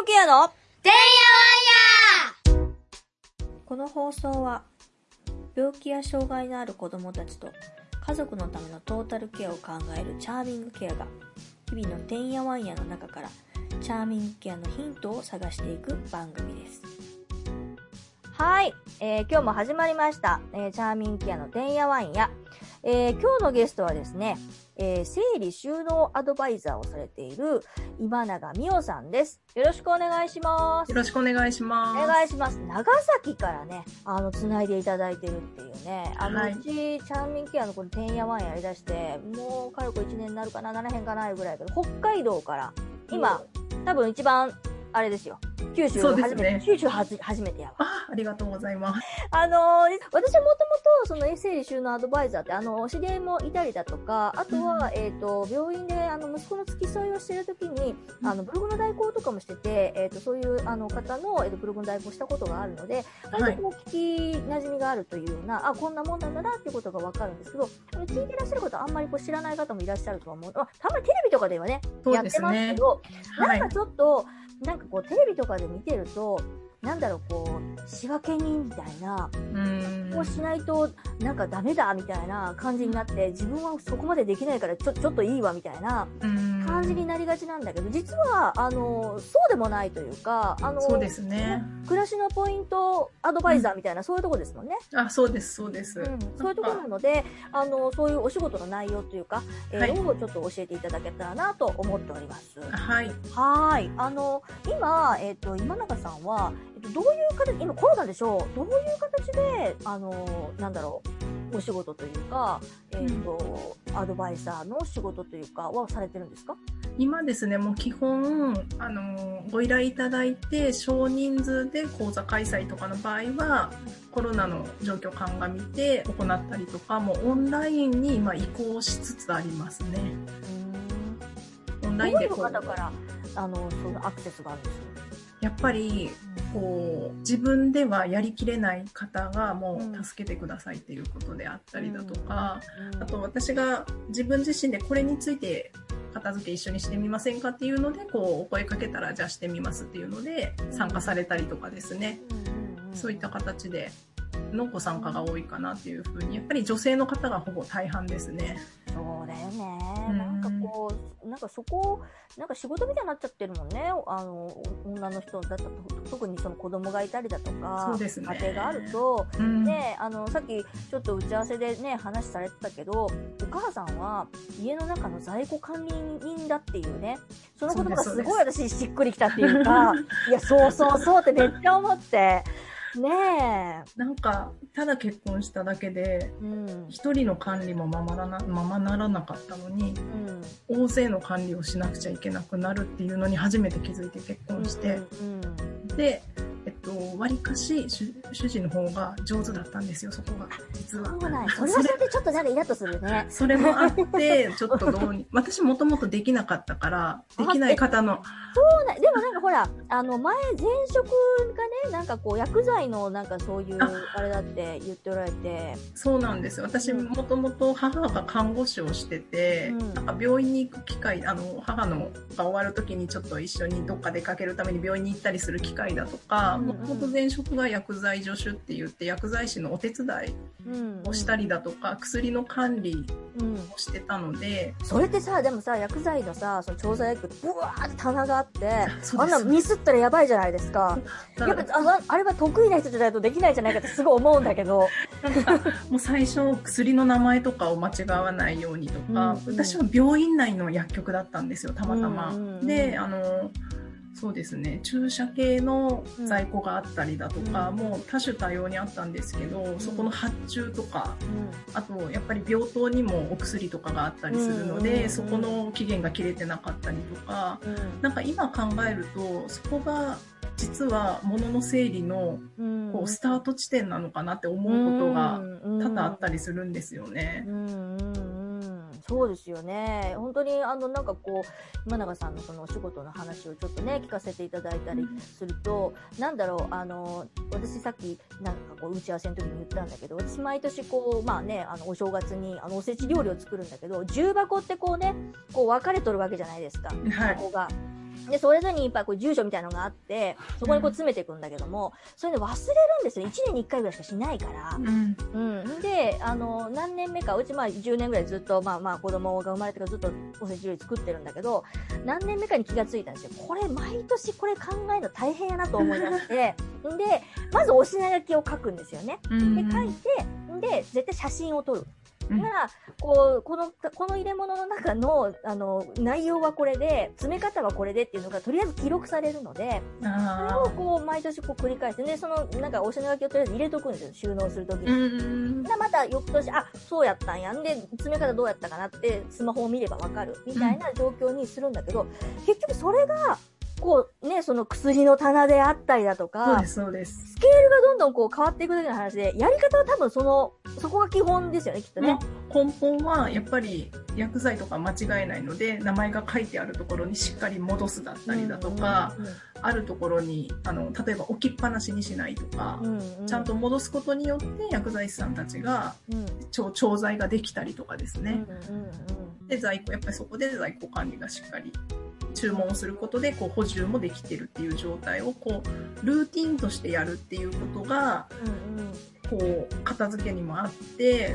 ムケアのてんやわんや。 この放送は病気や障害のある子どもたちと家族のためのトータルケアを考えるチャーミングケアが日々のてんやわんやの中からチャーミングケアのヒントを探していく番組です。はい、今日も始まりました、チャーミングケアのてんやわんや。今日のゲストはですね、整理収納アドバイザーをされている今永美代さんです。よろしくお願いします。 よろしくお願いします。 お願いします。長崎からね、繋いでいただいてるっていうね、 はい、 うち、チャーミングケアのこのてんやわんやりだして、もう、かれこ1年になるかな、ならへんかな、ぐらいだけど、北海道から、今、多分一番、あれですよ。九州初めて、九州初めてやわ。 ありがとうございます。 私はもともと、その整理収納アドバイザーって、知り合いもいたりだとか、あとは、病院で、息子の付き添いをしてるときに、ブログの代行とかもしてて、そういう、方の、ブログの代行したことがあるので、割とこう、聞き馴染みがあるというような、こんなもんなんだなっていうことがわかるんですけど、聞いてらっしゃる方あんまりこう知らない方もいらっしゃると思う。たまにテレビとかではね、やってますけど、なんかちょっと、なんかこうテレビとかで見てると、なんだろう、こう、仕分け人みたいな、こうしないとなんかダメだみたいな感じになって、自分はそこまでできないからちょっといいわみたいな感じになりがちなんだけど、実は、そうでもないというか、 そうですね。 暮らしのポイントアドバイザーみたいな、そういうとこですもんね。 そうです、そうです。 そういうところなので、そういうお仕事の内容というか、をちょっと教えていただけたらなと思っております。 はい。 はい。今、今永さんは、どういう形、今コロナでしょう、どういう形で、なんだろう、お仕事というか、アドバイザーの仕事というかはされてるんですか？ 今ですね、もう基本、ご依頼いただいて、少人数で講座開催とかの場合は、コロナの状況を鑑みて行ったりとか、もうオンラインに今移行しつつありますね。オンラインでこう。 どういう方から、そのアクセスがあるんですか？ やっぱり、こう、自分ではやりきれない方がもう助けてくださいっていうことであったりだとか、あと私が自分自身でこれについて片付け一緒にしてみませんかっていうので、こう、お声かけたらじゃあしてみますっていうので参加されたりとかですね。そういった形でのご参加が多いかなっていうふうに、やっぱり女性の方がほぼ大半ですね。 そうだよね。なんかこう、なんかそこ、なんか仕事みたいになっちゃってるもんね。女の人だと、特にその子供がいたりだとか、 そうですね、 家庭があると、ね、さっきちょっと打ち合わせでね、話されてたけど、お母さんは家の中の在庫管理人だっていうね、その言葉がすごい私しっくりきたっていうか、いや、そうってめっちゃ思って、ねえ。 なんか、ただ結婚しただけで、一人の管理もままならなかったのに、大勢の管理をしなくちゃいけなくなるっていうのに初めて気づいて結婚して、で、割かし主人の方が上手だったんですよ、そこが。実は。 そうなん。それはそれでちょっとなんかイラッとするね。 それもあって、ちょっと私もともとできなかったから、できない方の。 そうなん、でもなんかほら、前職がね、なんかこう、薬剤のなんかそういう、あれだって言っておられて。 そうなんですよ。私もともと母が看護師をしてて、なんか病院に行く機会、母のが終わる時にちょっと一緒にどっか出かけるために病院に行ったりする機会だとか、もともと前職が薬剤助手って言って薬剤師のお手伝いをしたりだとか、薬の管理をしてたので、 それってさ、でもさ、薬剤のさ、その調剤薬ブワーって棚があって、あんなミスったらやばいじゃないですか。やっぱあれは得意な人じゃないとできないじゃないかってすごい思うんだけど。 なんかもう最初薬の名前とかを間違わないようにとか、私は病院内の薬局だったんですよ、たまたま。で、そうですね、注射系の在庫があったりだとか、もう多種多様にあったんですけど、そこの発注とか、あとやっぱり病棟にもお薬とかがあったりするので、そこの期限が切れてなかったりとか、なんか今考えるとそこが実は物の整理のこうスタート地点なのかなって思うことが多々あったりするんですよね。 そうですよね。本当になんかこう今永さんのそのお仕事の話をちょっとね聞かせていただいたりすると、なんだろう、私さっきなんかこう打ち合わせの時に言ったんだけど、私毎年こうまあねお正月におせち料理を作るんだけど、重箱ってこうねこう分かれとるわけじゃないですか。箱が。 で、それぞれにいっぱいこう住所みたいなのがあって、そこにこう詰めていくんだけども、そういうの忘れるんですよ。1年に1回ぐらいしかしないから。で、何年目か、うち10年ぐらいずっと、子供が生まれてからずっとおせち料理作ってるんだけど、何年目かに気がついたんですよ。これ、毎年これ考えるの大変やなと思い出して、で、まずお品書きを書くんですよね。で、書いて、で、絶対写真を撮る。だから、この入れ物の中の、内容はこれで、詰め方はこれでっていうのが、とりあえず記録されるので、それをこう、毎年こう繰り返して、で、なんか、お品書きをとりあえず入れとくんですよ、収納するときに。で、また翌年、あ、そうやったんやんで、詰め方どうやったかなって、スマホを見ればわかる、みたいな状況にするんだけど、結局それが、こうね、その薬の棚であったりだとか、 そうです。 スケールがどんどんこう変わっていくだけの話で、やり方は多分そこが基本ですよね、きっとね。 根本はやっぱり薬剤とか間違えないので、名前が書いてあるところにしっかり戻すだったりだとか、あるところに例えば置きっぱなしにしないとか、ちゃんと戻すことによって薬剤師さんたちが、調剤ができたりとかですね。で、やっぱりそこで在庫管理がしっかり注文をすることでこう補充もできてるっていう状態をこうルーティンとしてやるっていうことが、こう片付けにもあって、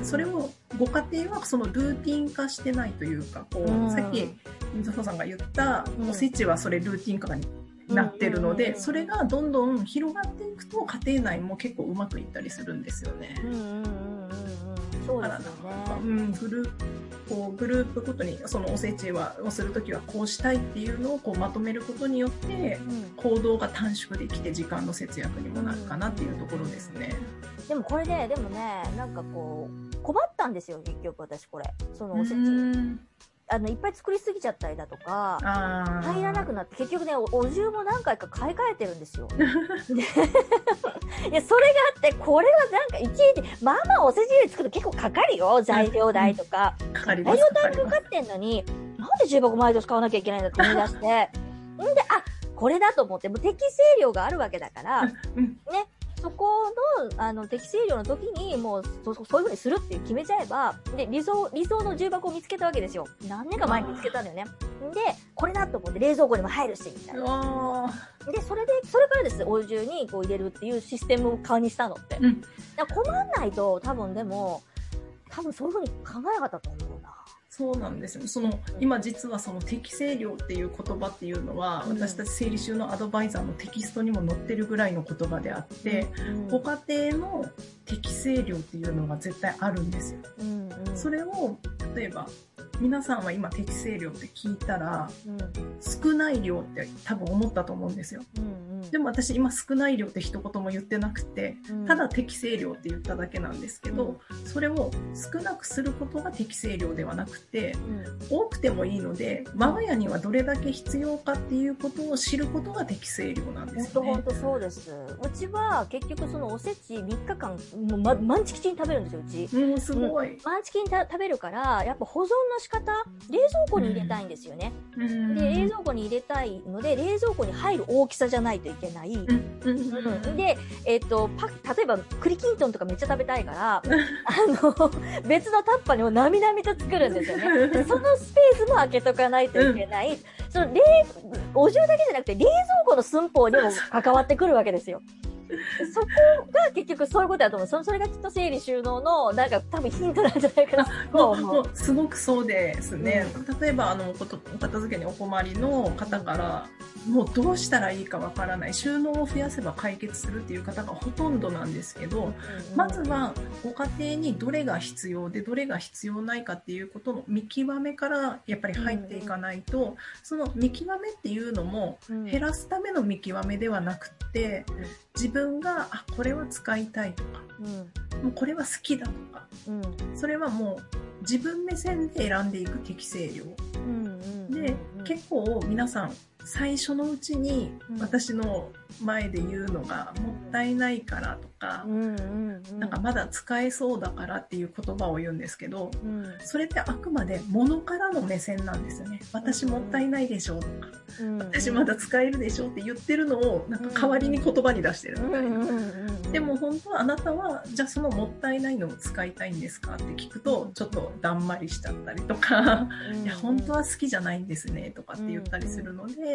それをご家庭はそのルーティン化してないというか、こうさっき水穂さんが言ったおせちはそれルーティン化になってるので、それがどんどん広がっていくと家庭内も結構うまくいったりするんですよね。 そうですよね。 グループごとにそのおせちをするときはこうしたいっていうのをこうまとめることによって、行動が短縮できて時間の節約にもなるかなっていうところですね。 でもこれで、なんかこう、困ったんですよ、結局私これ。そのおせち。いっぱい作りすぎちゃったりだとか、入らなくなって、結局ね、お重も何回か買い替えてるんですよ。いや、それがあって、これはなんか、いちいち、まあおせち料理作ると結構かかるよ、材料代とか。材料代かかってんのに、なんで重箱毎年買わなきゃいけないんだって思い出して、これだと思って、もう適正量があるわけだから、ね、そこの、適正量の時に、もう、そういう風にするって決めちゃえば、で、理想の重箱を見つけたわけですよ。何年か前に見つけたんだよね。で、これだと思って冷蔵庫にも入るし、みたいな。で、それからです、お重にこう入れるっていうシステムを顔にしたのって。だから困んないと、多分そういう風に考えなかったと思うな。 そうなんですよ。今実はその適正量っていう言葉っていうのは、私たち整理収納アドバイザーのテキストにも載ってるぐらいの言葉であって、ご家庭の適正量っていうのが絶対あるんですよ。それを、例えば、皆さんは今適正量って聞いたら、少ない量って多分思ったと思うんですよ。でも私今少ない量って一言も言ってなくて、ただ適正量って言っただけなんですけど、それを少なくすることが適正量ではなくて、多くてもいいので、我が家にはどれだけ必要かっていうことを知ることが適正量なんですよね。 本当そうです。うちは結局そのおせち3日間、もう満チキに食べるんですよ、うち。 すごい。 満チキに食べるから、やっぱ保存の仕方、冷蔵庫に入れたいんですよね。で、冷蔵庫に入れたいので、冷蔵庫に入る大きさじゃないといけない。で、例えば栗きんとんとかめっちゃ食べたいから、別のタッパーにもなみなみと作るんですよね。でそのスペースも開けとかないといけない。お重だけじゃなくて冷蔵庫の寸法にも関わってくるわけですよ。そこが結局そういうことだと思う。それがきっと整理収納のなんか多分ヒントなんじゃないかな。 もうすごくそうですね。例えばお片付けにお困りの方から、もうどうしたらいいかわからない、収納を増やせば解決するっていう方がほとんどなんですけど、まずはご家庭にどれが必要でどれが必要ないかっていうことの見極めからやっぱり入っていかないと、その見極めっていうのも減らすための見極めではなくて、自分がこれは使いたいとか、もうこれは好きだとか、それはもう自分目線で選んでいく適正量、で結構皆さん最初のうちに私の前で言うのがもったいないからとか、なんかまだ使えそうだからっていう言葉を言うんですけど、それってあくまで物からの目線なんですよね。私もったいないでしょとか、私まだ使えるでしょって言ってるのをなんか代わりに言葉に出してるみたいな。でも本当はあなたはじゃあそのもったいないのを使いたいんですかって聞くとちょっとだんまりしちゃったりとか、いや本当は好きじゃないんですねとかって言ったりするので、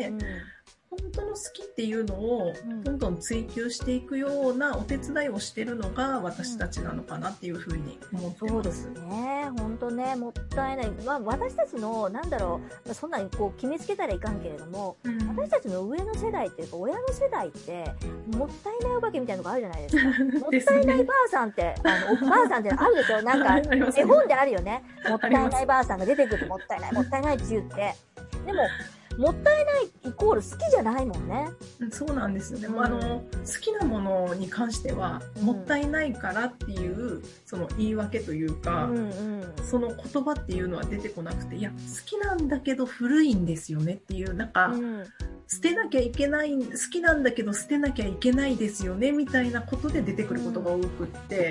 で、本当の好きっていうのをどんどん追求していくようなお手伝いをしてるのが私たちなのかなっていうふうに思ってます。 そうですね。本当ね、もったいない。まあ、私たちの、なんだろう、そんなにこう決めつけたらいかんけれども、私たちの上の世代っていうか、親の世代って、もったいないお化けみたいなのがあるじゃないですか。もったいないばあさんって、おばあさんってあるでしょ。なんか、絵本であるよね。もったいないばあさんが出てくると、もったいない、もったいないって言って。でも、もったいないイコール好きじゃないもんね。 そうなんですよね。好きなものに関しては、もったいないからっていうその言い訳というか、その言葉っていうのは出てこなくて、いや好きなんだけど古いんですよねっていう、なんか、捨てなきゃいけない、好きなんだけど捨てなきゃいけないですよねみたいなことで出てくることが多くって、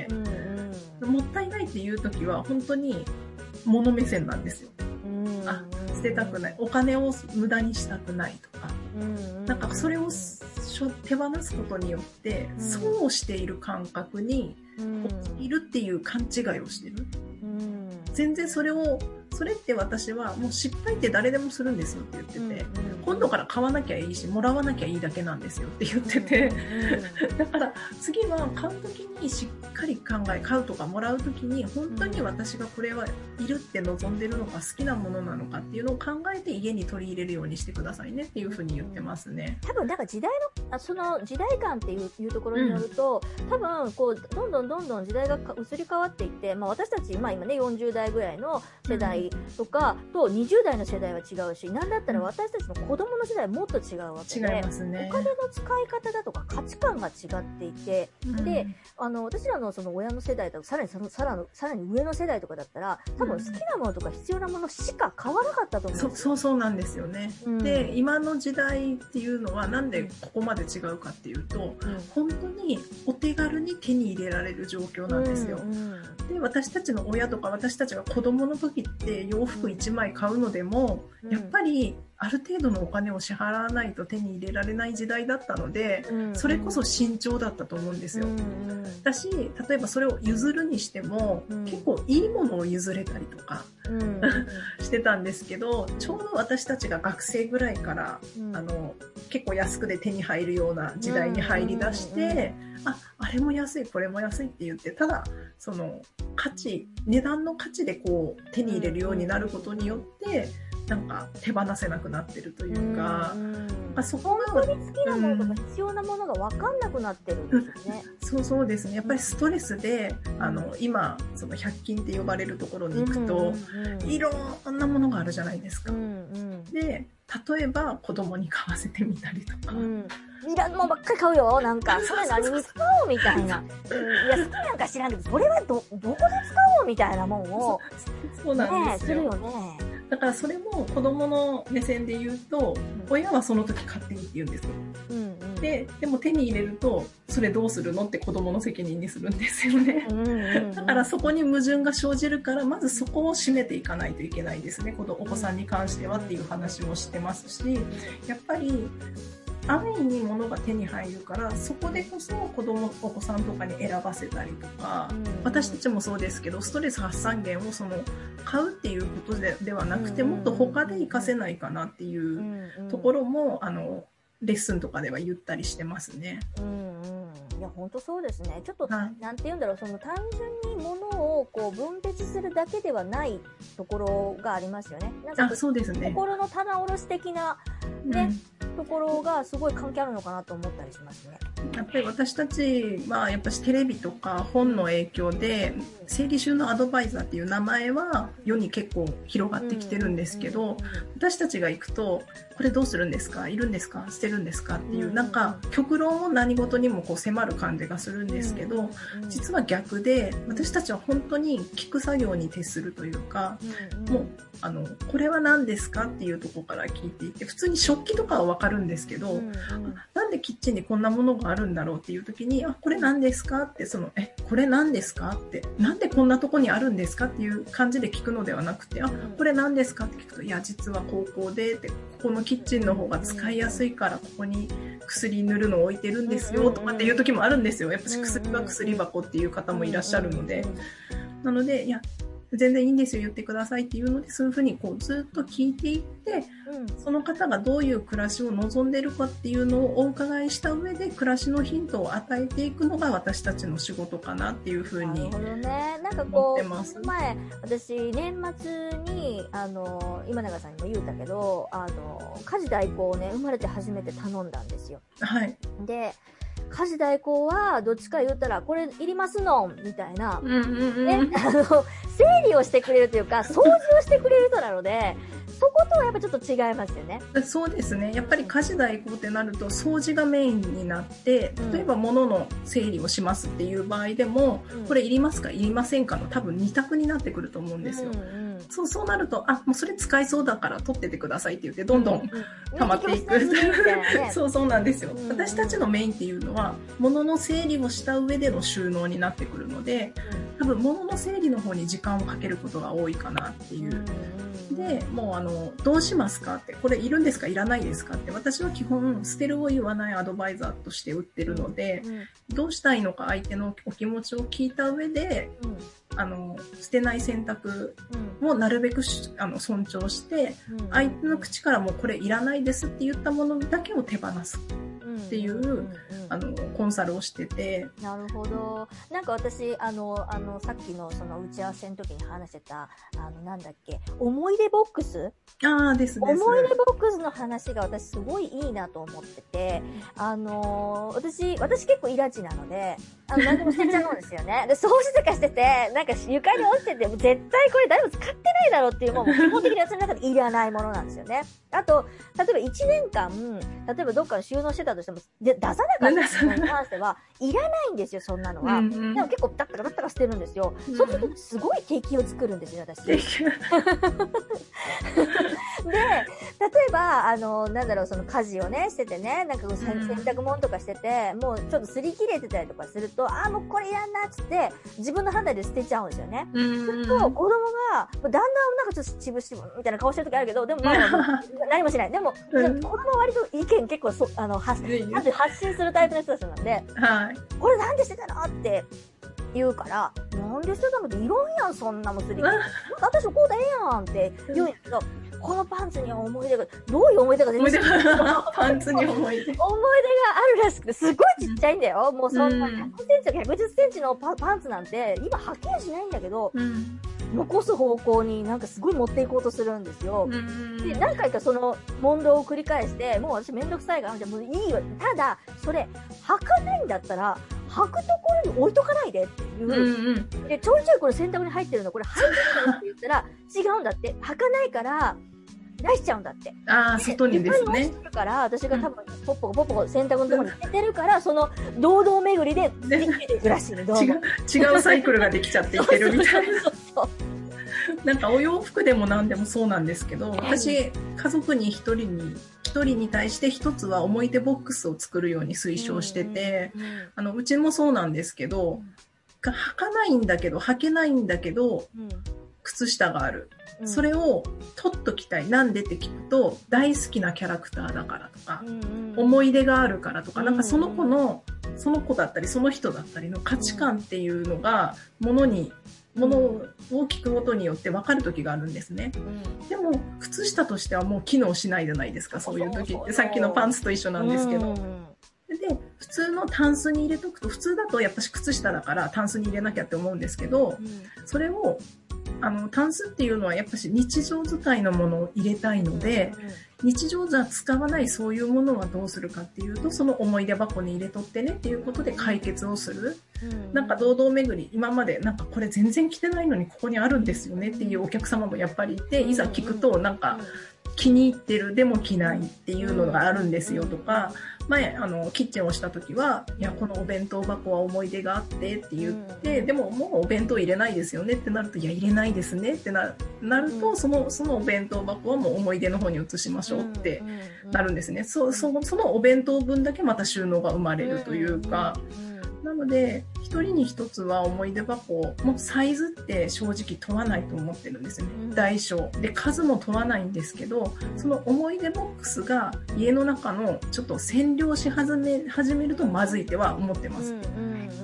もったいないっていう時は本当に物目線なんですよ。捨てたくない、お金を無駄にしたくないとか、なんかそれを手放すことによって損をしている感覚に陥るっていう勘違いをしてる。全然それって私はもう失敗って誰でもするんですよって言ってて、今度から買わなきゃいいしもらわなきゃいいだけなんですよって言ってて、だから次は買う時にしっかり買うとかもらう時に本当に私がこれはいるって望んでるのか好きなものなのかっていうのを考えて家に取り入れるようにしてくださいねっていうふうに言ってますね。 多分なんかその時代感っていうところによると、多分こうどんどん時代が移り変わっていって、まあ私たち今ね40代ぐらいの世代とかと20代の世代は違うし、なんだったら私たちの子供の世代はもっと違うわけで、 違いますね。 お金の使い方だとか価値観が違っていて、で、私らのその親の世代とかさらに上の世代とかだったら、多分好きなものとか必要なものしか買わなかったと思うんですよ。 そうなんですよね。で、今の時代っていうのはなんでここまで違うかっていうと、本当にお手軽に手に入れられる状況なんですよ。で、私たちの親とか私たちが子供の時って洋服1枚買うのでも、やっぱりある程度のお金を支払わないと手に入れられない時代だったので、それこそ慎重だったと思うんですよ。だし、例えばそれを譲るにしても、結構いいものを譲れたりとか、してたんですけど、ちょうど私たちが学生ぐらいから、結構安くで手に入るような時代に入り出して、あれも安いこれも安いって言って、ただその値段の価値でこう手に入れるようになることによってなんか手放せなくなってるというか、 そこが本当に好きなものとか必要なものが分かんなくなってるんですよね。 そうですね。やっぱりストレスで今その100均って呼ばれるところに行くと、いろんなものがあるじゃないですか。で、例えば子供に買わせてみたりとか、 いらんもんばっかり買うよ。なんかそれ何に使おうみたいな。いや好きなんか知らんけど、それはどこで使おうみたいなもんをそうなんですよ。 するよね。 だからそれも子供の目線で言うと、親はその時買っていいって言うんですよ。でも手に入れると、それどうするのって子供の責任にするんですよね。だからそこに矛盾が生じるから、まずそこを締めていかないといけないですね。お子さんに関してはっていう話もしてますし、やっぱり、安易に物が手に入るから、そこでこそお子さんとかに選ばせたりとか、私たちもそうですけど、ストレス発散源を買うっていうことではなくて、もっと他で活かせないかなっていうところも、レッスンとかでは言ったりしてますね。 いや本当そうですね。ちょっと、なんて言うんだろう、その単純に物をこう分別するだけではないところがありますよね。なんかそうですね。 心の棚卸し的なね、ところがすごい関係あるのかなと思ったりしますね。 やっぱり私たちはやっぱりテレビとか本の影響で生理収納アドバイザーっていう名前は世に結構広がってきてるんですけど、私たちが行くとこれどうするんですか、いるんですか、捨てるんですかっていうなんか極論を何事にもこう迫る感じがするんですけど、実は逆で私たちは本当に聞く作業に徹するというか、もうこれは何ですかっていうところから聞いていて、普通に食器とかは分かるんですけど、なんでキッチンにこんなものがあるんだろうっていう時に、これ何ですかって、これ何ですかって、なんでこんなとこにあるんですかっていう感じで聞くのではなくて、これ何ですかって聞くと、いや実は高校でって、ここのキッチンの方が使いやすいからここに薬塗るのを置いてるんですよとかっていう時もあるんですよ。やっぱり薬は薬箱っていう方もいらっしゃるので、なので、いや全然いいんですよ、言ってくださいっていうので、そういうふうにこうずっと聞いていって、その方がどういう暮らしを望んでいるかっていうのをお伺いした上で、暮らしのヒントを与えていくのが私たちの仕事かなっていうふうに思ってます。 なるほどね。なんかこう、前、私、年末に、今永さんにも言うたけど、家事代行をね、生まれて初めて頼んだんですよ。 はい。 で、家事代行は、どっちか言ったら、これいりますのみたいな、ね、整理をしてくれるというか、掃除をしてくれる人なので、そことはやっぱちょっと違いますよね。 そうですね。やっぱり家事代行ってなると掃除がメインになって、例えば物の整理をしますっていう場合でも、これいりますかいりませんかの多分2択になってくると思うんですよ。そうなると、もうそれ使いそうだから取っててくださいって言ってどんどん溜まっていく。そうなんですよ。私たちのメインっていうのは物の整理をした上での収納になってくるので、多分物の整理の方に時間をかけることが多いかなっていう。で、もうどうしますかって、これいるんですかいらないですかって、私は基本捨てるを言わないアドバイザーとして売ってるので、どうしたいのか相手のお気持ちを聞いた上で、捨てない選択をなるべく尊重して、相手の口からもこれいらないですって言ったものだけを手放すっていう、コンサルをしてて。 なるほど。なんか私、さっきのその打ち合わせの時に話してた、なんだっけ、思い出ボックス？ です。 思い出ボックスの話が私すごいいいなと思ってて、私結構イラチなので、何でも捨てちゃうんですよね。で、掃除とかしてて、なんか床に落ちてて、絶対これ誰も使ってないだろうっていうもう基本的に私の中でいらないものなんですよね。あと、例えば1年間、例えばどっかに収納してたとしても、出さなかったものに関しては、いらないんですよ、そんなのは。でも結構ダッタラ捨てるんですよ。そうするとすごい敵を作るんですよ、私。で、例えば、なんだろう、その家事をね、しててね、なんか洗濯物とかしてて、もうちょっと擦り切れてたりとかすると、もうこれやんなっつって、自分の判断で捨てちゃうんですよね。すると、子供が、だんだんなんかちょっと渋々みたいな顔してる時あるけど、でもまあ、何もしない。でも、子供は割と意見結構発信するタイプの人たちなんで、これなんでしてたのって言うから、なんでしてたのっていろんやん、そんなもんすり。私もこうだええやんって言うんやけど、このパンツには思い出が、どういう思い出が出てるパンツに思い出。 思い出があるらしくて、すごいちっちゃいんだよ。もうそんな100センチとか110センチのパンツなんて、今履けやしないんだけど、残す方向になんかすごい持っていこうとするんですよ。で、何回かその問答を繰り返して、もう私めんどくさいから、じゃもういいよ。ただ、それ、履かないんだったら、履くところに置いとかないでっていう。で、ちょいちょいこれ洗濯に入ってるの、これ履いてるのって言ったら、違うんだって。履かないから、出しちゃうんだって。 外にですね。 だから私が多分ポッポコ洗濯のところに出てるから、その堂々巡りでできてるらしいね。 違うサイクルができちゃっていってるみたいな。なんかお洋服でも何でもそうなんですけど、私家族に一人に対して一つは思い出ボックスを作るように推奨してて、うちもそうなんですけど、履かないんだけど履けないんだけど、靴下がある。それを取っときたい。なんでって聞くと、大好きなキャラクターだからとか、思い出があるからとか、なんかその子だったり、その人だったりの価値観っていうのが、ものを聞くことによって分かる時があるんですね。でも、靴下としてはもう機能しないじゃないですか、そういう時って。さっきのパンツと一緒なんですけど。で、普通のタンスに入れとくと、普通だとやっぱし靴下だからタンスに入れなきゃって思うんですけど、それを、タンスっていうのはやっぱし日常使いのものを入れたいので、日常じゃ使わないそういうものはどうするかっていうと、その思い出箱に入れとってねっていうことで解決をする。なんか堂々巡り、今までなんかこれ全然着てないのにここにあるんですよねっていうお客様もやっぱりいて、いざ聞くとなんか気に入ってるでも着ないっていうのがあるんですよとか、前キッチンをした時は、いやこのお弁当箱は思い出があってって言って、でももうお弁当入れないですよねってなると、いや入れないですねってなると、そのお弁当箱はもう思い出の方に移しましょうってなるんですね。そのお弁当分だけまた収納が生まれるというか、なので一人に一つは思い出箱もサイズって正直問わないと思ってるんですよね。大小で数も問わないんですけど、その思い出ボックスが家の中のちょっと占領し始めるとまずいっては思ってます。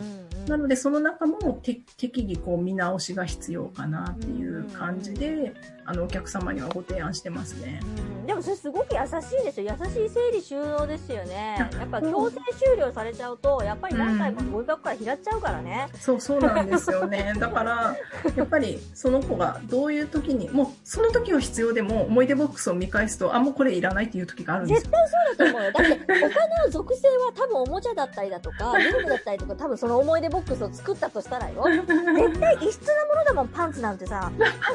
なのでその中も適宜こう見直しが必要かなっていう感じで、お客様にはご提案してますね。 でもそれすごく優しいですよ。優しい整理収納ですよね。やっぱ強制終了されちゃうと、やっぱり何回もゴミ箱から拾っちゃうからね。 そうなんですよね。だからやっぱりその子がどういう時に、もうその時は必要でも思い出ボックスを見返すと、もうこれいらないっていう時があるんですよ。 絶対そうだと思うよ。だってお金の属性は多分おもちゃだったりだとかゲームだったりとか、多分その思い出ボックスを作ったとしたらよ、絶対異質なものだもん、パンツなんてさ。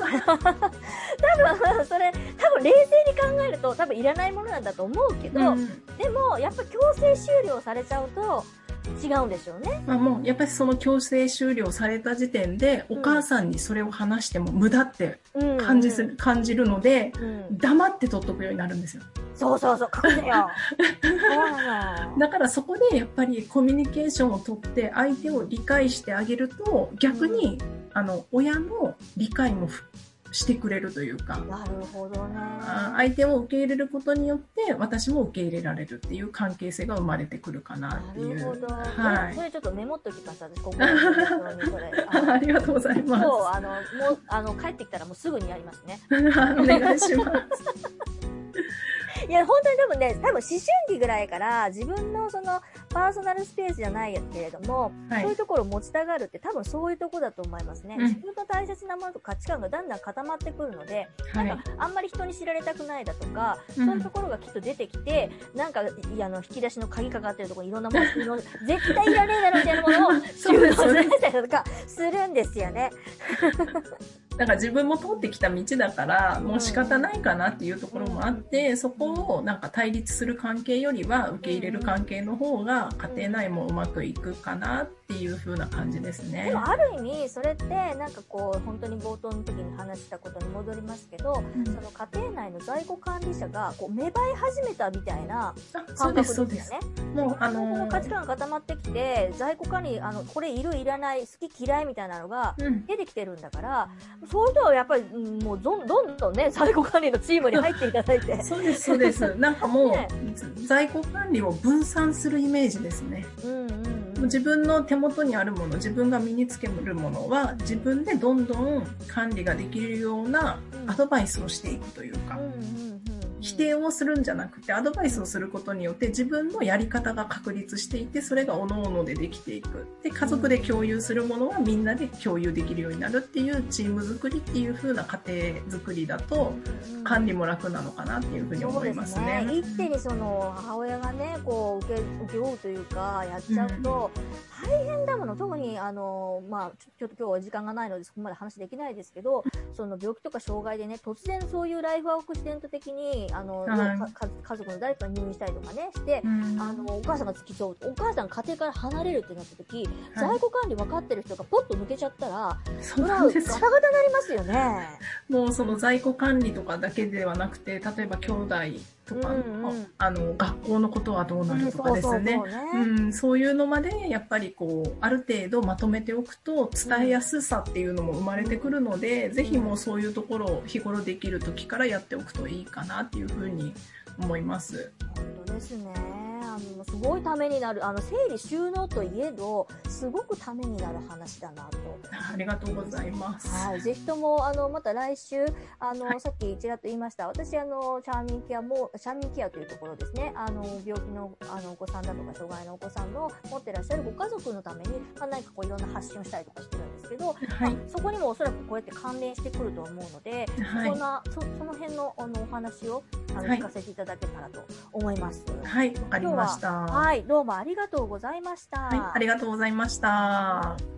多分それ多分冷静に考えると多分いらないものなんだと思うけど、でもやっぱ強制終了されちゃうと違うんでしょうね。 もうやっぱりその強制終了された時点で、お母さんにそれを話しても無駄って感じるので、黙って取っとくようになるんですよ。 そう隠せよ。 だからそこでやっぱりコミュニケーションをとって相手を理解してあげると、逆に、親の理解もしてくれるというか、 なるほどね。 相手を受け入れることによって私も受け入れられるっていう関係性が生まれてくるかなっていう。 なるほど。 はい。 それちょっとメモっときます。私ここにそれ。 ありがとうございます。 そうもう帰ってきたらもうすぐにやりますね。 お願いします。 いや、本当に多分思春期ぐらいから自分のそのパーソナルスペースじゃないけれども、そういうところを持ちたがるって多分そういうところだと思いますね。自分の大切なものと価値観がだんだん固まってくるので、なんかあんまり人に知られたくないだとか、そういうところがきっと出てきて、なんか引き出しの鍵かかってるところにいろんなもの、絶対いらねえだろみたいなものを収納されたりとかするんですよね。 だから自分も通ってきた道だからもう仕方ないかなっていうところもあって、そこをなんか対立する関係よりは受け入れる関係の方が家庭内もうまくいくかなっていう風な感じですね。 でもある意味それってなんかこう本当に冒頭の時に話したことに戻りますけど、その家庭内の在庫管理者がこう芽生え始めたみたいな感覚ですよね。もうこの価値観が固まってきて、在庫管理これいるいらない好き嫌いみたいなのが出てきてるんだから、そういう人はやっぱりもうどんどんね在庫管理のチームに入っていただいてそうですなんかもう、在庫管理を分散するイメージですね。自分の手元にあるもの、自分が身につけるものは自分でどんどん管理ができるようなアドバイスをしていくというか、否定をするんじゃなくてアドバイスをすることによって自分のやり方が確立していて、それが各々でできていく。で、家族で共有するものはみんなで共有できるようになるっていうチーム作りっていう風な家庭作りだと管理も楽なのかなっていう風に思いますね。 一手にその母親がねこう請け負うというかやっちゃうと大変だもの。特にちょっと今日は時間がないのでそこまで話できないですけど、その病気とか障害でね突然そういうライフアクシデント的に家族の誰かが入院したりとかねして、お母さんが付き添う、お母さんが家庭から離れるってなった時、在庫管理分かってる人がポッと抜けちゃったらそれはガタガタになりますよね。 もうその在庫管理とかだけではなくて、例えば兄弟とかの、学校のことはどうなるとかですね、そういうのまでやっぱりこうある程度まとめておくと伝えやすさっていうのも生まれてくるので、ぜひもうそういうところを日頃できる時からやっておくといいかなっていうふうに思います。 本当ですね。すごいためになる、整理収納といえどすごくためになる話だなと。 ありがとうございます。 はい、ぜひともまた来週さっきちらっと言いました、私シャーミンケアというところですね、病気のお子さんだとか障害のお子さんの持ってらっしゃるご家族のために、何かこういろんな発信をしたりとかしてるんですけど、そこにもおそらくこうやって関連してくると思うので、その辺のお話を聞かせていただけたらと思います。 はい、わかりました。 はい、どうもありがとうございました。 はい、ありがとうございました。